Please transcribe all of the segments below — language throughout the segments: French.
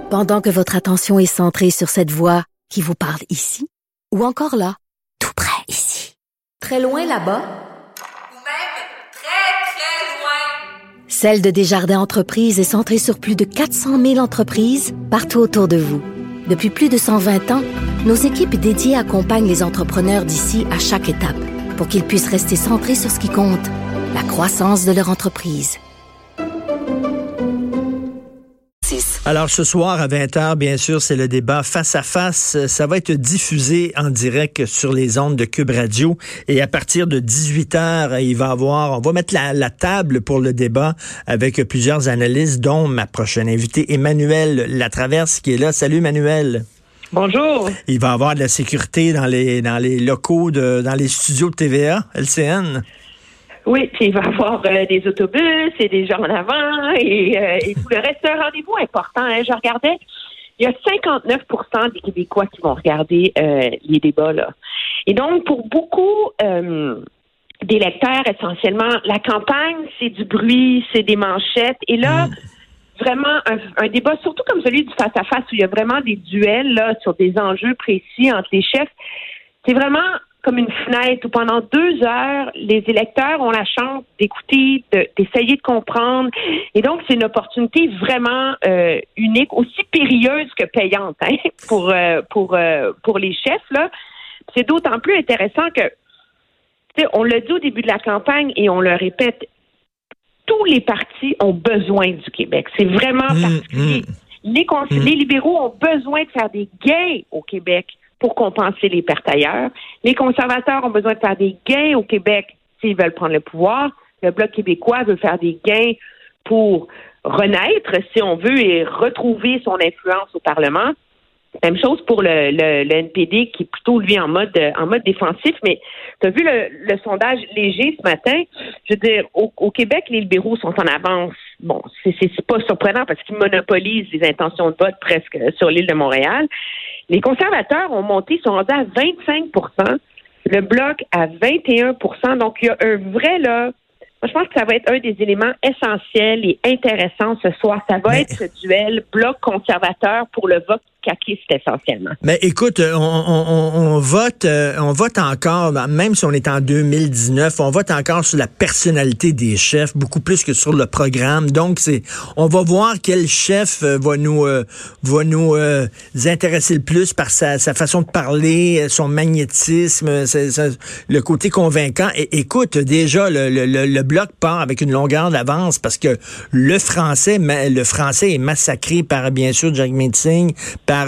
Pendant que votre attention est centrée sur cette voix qui vous parle ici, ou encore là, tout près ici, très loin là-bas, ou même très, très loin. Celle de Desjardins Entreprises est centrée sur plus de 400 000 entreprises partout autour de vous. Depuis plus de 120 ans, nos équipes dédiées accompagnent les entrepreneurs d'ici à chaque étape pour qu'ils puissent rester centrés sur ce qui compte, la croissance de leur entreprise. Alors, ce soir, à 20h, bien sûr, c'est le débat face à face. Ça va être diffusé en direct sur les ondes de Cube Radio. Et à partir de 18h, on va mettre la table pour le débat avec plusieurs analystes, dont ma prochaine invitée, Emmanuelle Latraverse, qui est là. Salut, Emmanuelle. Bonjour. Il va y avoir de la sécurité dans les locaux, dans les studios de TVA, LCN. Oui, puis il va y avoir des autobus et des gens en avant et tout le reste. C'est un rendez-vous important. Hein. Je regardais, il y a 59% des Québécois qui vont regarder les débats, là. Et donc, pour beaucoup d'électeurs, essentiellement, la campagne, c'est du bruit, c'est des manchettes. Et là, vraiment, un débat, surtout comme celui du face-à-face, où il y a vraiment des duels là sur des enjeux précis entre les chefs, c'est vraiment comme une fenêtre où pendant 2 heures, les électeurs ont la chance d'écouter, d'essayer de comprendre. Et donc, c'est une opportunité vraiment unique, aussi périlleuse que payante, hein, pour les chefs, là. C'est d'autant plus intéressant que, tu sais, on l'a dit au début de la campagne et on le répète, tous les partis ont besoin du Québec. C'est vraiment particulier. Les libéraux ont besoin de faire des gains au Québec pour compenser les pertes ailleurs. Les conservateurs ont besoin de faire des gains au Québec s'ils veulent prendre le pouvoir. Le Bloc québécois veut faire des gains pour renaître, si on veut, et retrouver son influence au Parlement. Même chose pour le NPD qui est plutôt, lui, en mode défensif. Mais tu as vu le sondage léger ce matin? Je veux dire, au Québec, les libéraux sont en avance. Bon, c'est pas surprenant parce qu'ils monopolisent les intentions de vote presque sur l'île de Montréal. Les conservateurs ont monté, sont rendus à 25%, le Bloc à 21%. Donc, il y a un vrai, là, moi, je pense que ça va être un des éléments essentiels et intéressants ce soir. Ça va être ce duel Bloc conservateur pour le vote caquiste essentiellement. Mais écoute, on vote encore, même si on est en 2019, on vote encore sur la personnalité des chefs, beaucoup plus que sur le programme. Donc, on va voir quel chef va nous intéresser le plus par sa façon de parler, son magnétisme, le côté convaincant. Et écoute, déjà, le Bloc part avec une longueur d'avance parce que le français est massacré par, bien sûr, Jagmeet Singh, par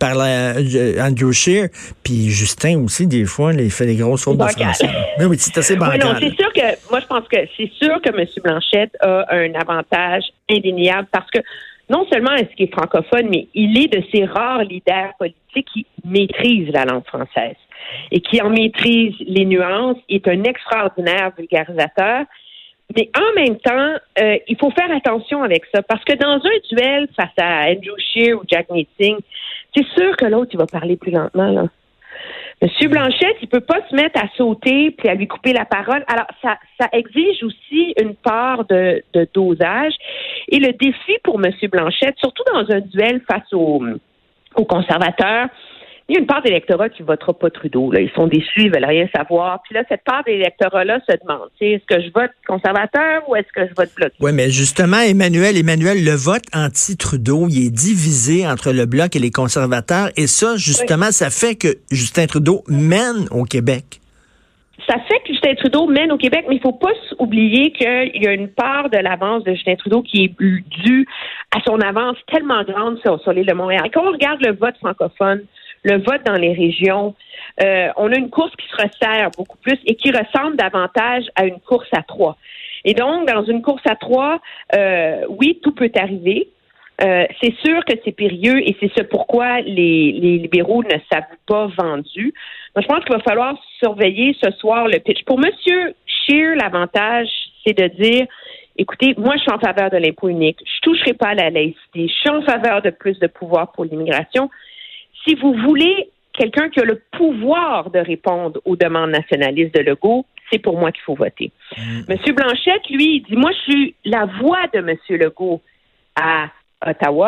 Andrew Scheer, puis Justin aussi, des fois, il fait des grosses fautes de français. Mais oui, c'est assez bancal. Oui, non, c'est sûr que, moi, je pense que c'est sûr que M. Blanchette a un avantage indéniable parce que non seulement est-ce qu'il est francophone, mais il est de ces rares leaders politiques qui maîtrisent la langue française et qui en maîtrisent les nuances. Il est un extraordinaire vulgarisateur. Mais en même temps, il faut faire attention avec ça parce que dans un duel face à Andrew Scheer ou Jagmeet Singh, c'est sûr que l'autre, il va parler plus lentement, là. Monsieur Blanchette, il peut pas se mettre à sauter puis à lui couper la parole. Alors, ça exige aussi une part de dosage. Et le défi pour Monsieur Blanchette, surtout dans un duel face aux conservateurs, il y a une part d'électorat qui ne votera pas Trudeau. Là. Ils sont déçus, ils veulent rien savoir. Puis là, cette part d'électorat-là se demande, est-ce que je vote conservateur ou est-ce que je vote Bloc? Oui, mais justement, Emmanuel, le vote anti-Trudeau, il est divisé entre le Bloc et les conservateurs. Et ça, justement, ça fait que Justin Trudeau mène au Québec. Ça fait que Justin Trudeau mène au Québec, mais il ne faut pas oublier qu'il y a une part de l'avance de Justin Trudeau qui est due à son avance tellement grande sur l'île de Montréal. Et quand on regarde le vote francophone, le vote dans les régions, on a une course qui se resserre beaucoup plus et qui ressemble davantage à une course à 3. Et donc, dans une course à 3, oui, tout peut arriver. C'est sûr que c'est périlleux et c'est ce pourquoi les libéraux ne s'avouent pas vendus. Donc, je pense qu'il va falloir surveiller ce soir le pitch. Pour M. Scheer, l'avantage, c'est de dire, écoutez, moi, je suis en faveur de l'impôt unique. Je toucherai pas à la laïcité. Je suis en faveur de plus de pouvoir pour l'immigration. Si vous voulez quelqu'un qui a le pouvoir de répondre aux demandes nationalistes de Legault, c'est pour moi qu'il faut voter. Monsieur Blanchette, lui, il dit, moi, je suis la voix de Monsieur Legault à Ottawa.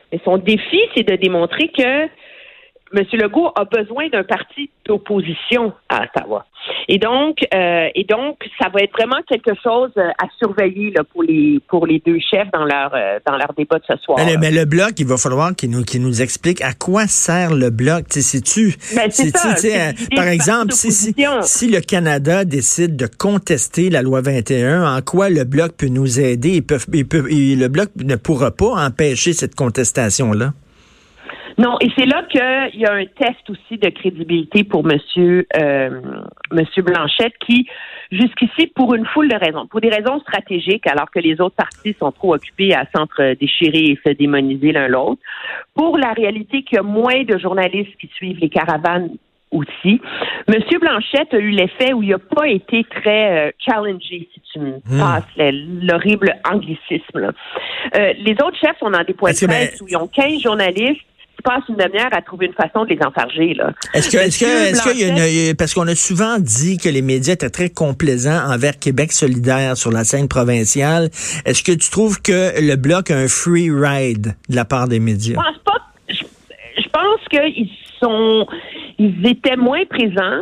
Mais son défi, c'est de démontrer que M. Legault a besoin d'un parti d'opposition à Ottawa. Et donc, ça va être vraiment quelque chose à surveiller là, pour les deux chefs dans leur débat de ce soir. Mais le Bloc, il va falloir qu'il nous explique à quoi sert le Bloc. Par exemple, si le Canada décide de contester la loi 21, en quoi le Bloc peut nous aider? Le Bloc ne pourra pas empêcher cette contestation-là. Non, et c'est là qu'il y a un test aussi de crédibilité pour Monsieur Blanchette qui, jusqu'ici, pour une foule de raisons, pour des raisons stratégiques, alors que les autres partis sont trop occupés à s'entre-déchirer et se démoniser l'un l'autre, pour la réalité qu'il y a moins de journalistes qui suivent les caravanes aussi. Monsieur Blanchette a eu l'effet où il n'a pas été très challengé, si tu me passes l'horrible anglicisme. Là. Les autres chefs sont dans des points de presse où ils ont 15 journalistes qui passent une demi-heure à trouver une façon de les enfarger, là. Est-ce qu'il y a parce qu'on a souvent dit que les médias étaient très complaisants envers Québec solidaire sur la scène provinciale. Est-ce que tu trouves que le Bloc a un free ride de la part des médias? Je pense pas. Je pense ils étaient moins présents.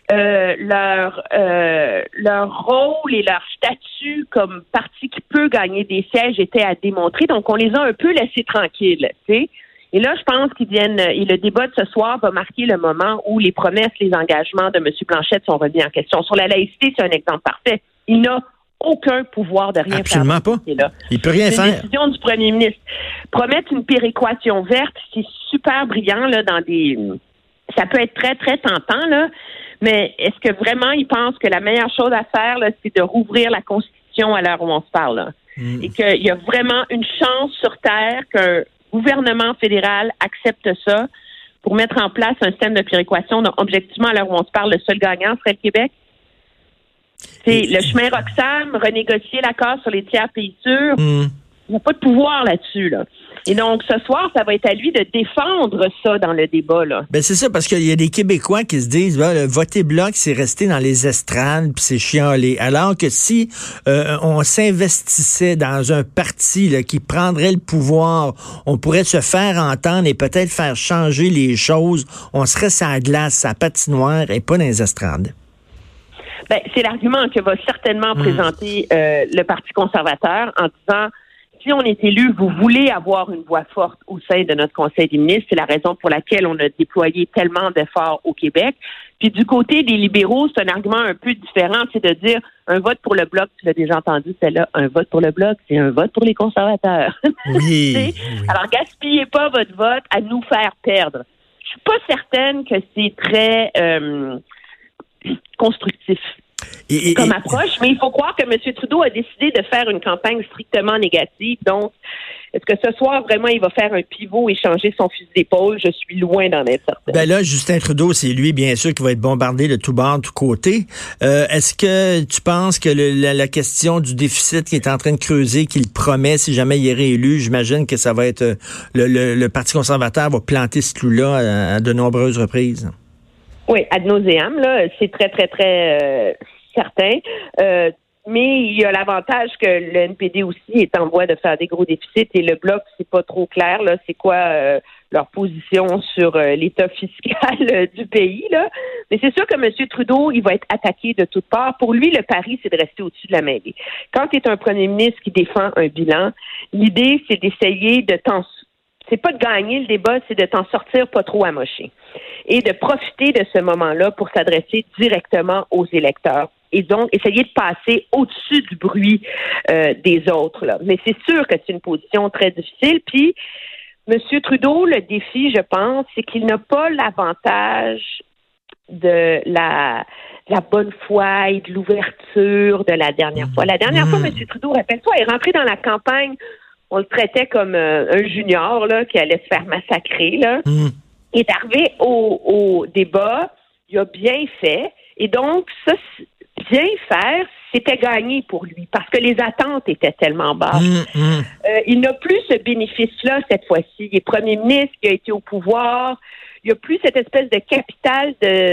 Leur rôle et leur statut comme parti qui peut gagner des sièges était à démontrer. Donc, on les a un peu laissés tranquilles, tu sais. Et là, je pense et le débat de ce soir va marquer le moment où les promesses, les engagements de M. Blanchette sont remis en question. Sur la laïcité, c'est un exemple parfait. Il n'a aucun pouvoir de rien Absolument faire. Absolument pas. Il peut rien faire. C'est une décision du premier ministre. Promettre une péréquation verte, c'est super brillant, là, ça peut être très, très tentant, là. Mais est-ce que vraiment il pense que la meilleure chose à faire, là, c'est de rouvrir la Constitution à l'heure où on se parle, là? Et qu'il y a vraiment une chance sur Terre qu'un gouvernement fédéral accepte ça pour mettre en place un système de péréquation. Donc, objectivement, à l'heure où on se parle, le seul gagnant serait le Québec. C'est le chemin Roxham, renégocier l'accord sur les tiers pays sûrs. Il n'y a pas de pouvoir là-dessus, là. Et donc, ce soir, ça va être à lui de défendre ça dans le débat, là. Ben, c'est ça, parce qu'il y a des Québécois qui se disent, voter Bloc, c'est rester dans les estrades, puis c'est chialer. Alors que si on s'investissait dans un parti là, qui prendrait le pouvoir, on pourrait se faire entendre et peut-être faire changer les choses. On serait sur la glace, sa patinoire et pas dans les estrades. Ben, c'est l'argument que va certainement présenter le Parti conservateur en disant, si on est élu, vous voulez avoir une voix forte au sein de notre Conseil des ministres. C'est la raison pour laquelle on a déployé tellement d'efforts au Québec. Puis du côté des libéraux, c'est un argument un peu différent, c'est de dire un vote pour le Bloc, tu l'as déjà entendu, celle-là, un vote pour le Bloc, c'est un vote pour les conservateurs. Oui, oui. Alors, gaspillez pas votre vote à nous faire perdre. Je suis pas certaine que c'est très constructif. Comme approche, mais il faut croire que M. Trudeau a décidé de faire une campagne strictement négative. Donc, est-ce que ce soir, vraiment, il va faire un pivot et changer son fusil d'épaule? Je suis loin d'en être certaine. Ben là, Justin Trudeau, c'est lui, bien sûr, qui va être bombardé de tous bords, de tous côtés. Est-ce que tu penses que la question du déficit qu'il est en train de creuser, qu'il promet si jamais il est réélu, j'imagine que ça va être le Parti conservateur va planter ce clou-là à de nombreuses reprises? Oui, ad nauseam, là, c'est très, très, très certain. Mais il y a l'avantage que le NPD aussi est en voie de faire des gros déficits et le Bloc, c'est pas trop clair, là, c'est quoi leur position sur l'état fiscal du pays, là. Mais c'est sûr que M. Trudeau, il va être attaqué de toutes parts. Pour lui, le pari, c'est de rester au-dessus de la mêlée. Quand tu es un premier ministre qui défend un bilan, l'idée, c'est d'essayer c'est pas de gagner le débat, c'est de t'en sortir pas trop amoché. Et de profiter de ce moment-là pour s'adresser directement aux électeurs. Et donc, essayer de passer au-dessus du bruit des autres, là. Mais c'est sûr que c'est une position très difficile. Puis, M. Trudeau, le défi, je pense, c'est qu'il n'a pas l'avantage de la bonne foi et de l'ouverture de la dernière fois. La dernière fois, M. Trudeau, rappelle-toi, est rentré dans la campagne, on le traitait comme un junior là, qui allait se faire massacrer. Là. Il est arrivé au débat, il a bien fait. Et donc, ça, bien faire, c'était gagné pour lui parce que les attentes étaient tellement basses. Il n'a plus ce bénéfice-là cette fois-ci. Il est premier ministre, il a été au pouvoir. Il n'y a plus cette espèce de capital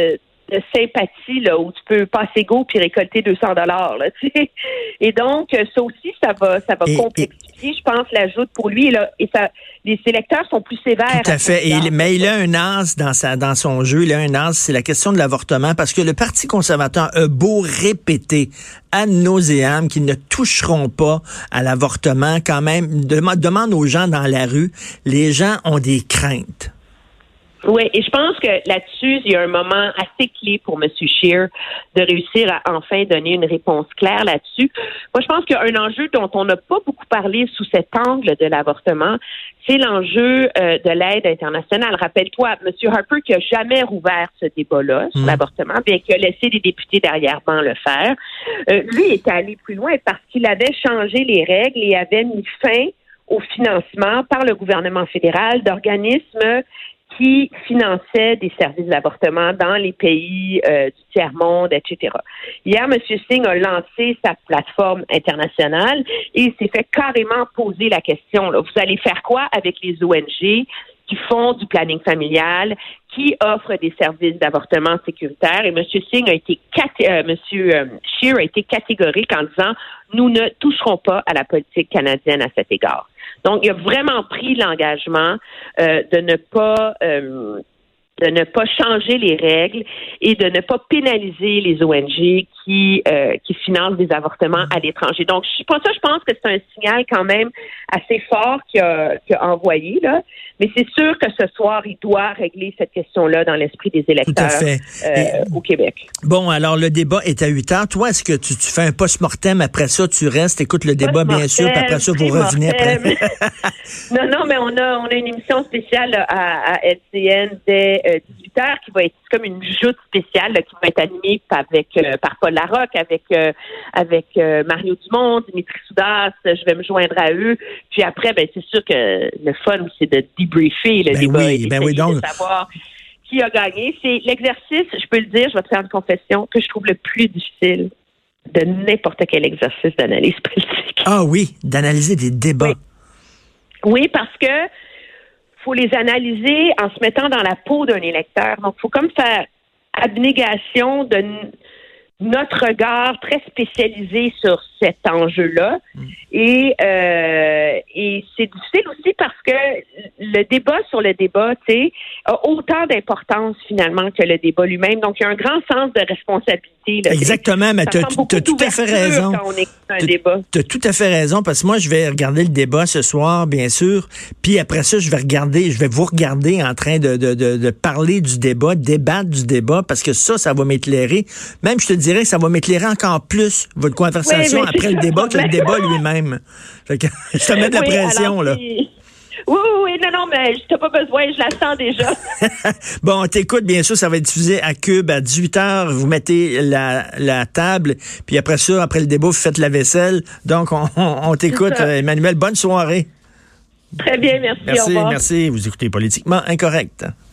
sympathie là où tu peux passer go puis récolter $200 là, tu sais. Et donc ça aussi ça va complexifier, je pense, l'ajout pour lui là, et ça les électeurs sont plus sévères. Tout à fait. Mais il a un as dans son jeu, il a un as, c'est la question de l'avortement, parce que le Parti conservateur a beau répéter ad nauseam qu'ils ne toucheront pas à l'avortement, quand même, demande aux gens dans la rue, les gens ont des craintes. Oui, et je pense que là-dessus, il y a un moment assez clé pour M. Scheer de réussir à enfin donner une réponse claire là-dessus. Moi, je pense qu'il y a un enjeu dont on n'a pas beaucoup parlé sous cet angle de l'avortement, c'est l'enjeu de l'aide internationale. Rappelle-toi, M. Harper qui a jamais rouvert ce débat-là sur l'avortement, bien qu'il a laissé les députés derrière-ban le faire. Lui est allé plus loin parce qu'il avait changé les règles et avait mis fin au financement par le gouvernement fédéral d'organismes qui finançaient des services d'avortement dans les pays du tiers-monde, etc. Hier, M. Singh a lancé sa plateforme internationale et il s'est fait carrément poser la question, là, vous allez faire quoi avec les ONG qui font du planning familial, qui offrent des services d'avortement sécuritaires? Et M. Singh a été M. Scheer a été catégorique en disant nous ne toucherons pas à la politique canadienne à cet égard. Donc, il a vraiment pris l'engagement de ne pas changer les règles et de ne pas pénaliser les ONG qui financent des avortements à l'étranger. Donc, je pense que c'est un signal quand même assez fort qu'il a envoyé, là. Mais c'est sûr que ce soir, il doit régler cette question-là dans l'esprit des électeurs au Québec. Bon, alors le débat est à 8h. Toi, est-ce que tu fais un post-mortem après ça, tu restes, écoutes le débat, bien sûr, puis après ça, vous revenez après? Non, mais on a une émission spéciale là, à LCN dès 18h qui va être comme une joute spéciale là, qui va être animée par Paul Larocque, avec Mario Dumont, Dimitri Soudas. Je vais me joindre à eux. Puis après, ben c'est sûr que le fun, c'est de débriefer le débat et de savoir qui a gagné. C'est l'exercice, je peux le dire, je vais te faire une confession, que je trouve le plus difficile de n'importe quel exercice d'analyse politique. Ah oui, d'analyser des débats. Oui, parce que faut les analyser en se mettant dans la peau d'un électeur. Donc, il faut comme faire abnégation de notre regard très spécialisé sur cet enjeu-là. Et c'est difficile aussi parce que le débat sur le débat, tu sais, a autant d'importance finalement que le débat lui-même. Donc, il y a un grand sens de responsabilité. Là. Exactement, mais tu as tout à fait raison. Tu as tout à fait raison, parce que moi, je vais regarder le débat ce soir, bien sûr, puis après ça, je vais vous regarder en train de parler du débat, débattre du débat, parce que ça va m'éclairer. Même, je te dirais que ça va m'éclairer encore plus, votre conversation après le débat que le débat lui-même. Fait que, je te mets de la pression, là. Oui, non, mais je n'ai pas besoin, je la sens déjà. Bon, on t'écoute, bien sûr, ça va être diffusé à Cube à 18h. Vous mettez la table, puis après ça, après le débat, vous faites la vaisselle. Donc, on t'écoute. Emmanuel, bonne soirée. Très bien, merci. Au revoir. Merci. Vous écoutez Politiquement Incorrect.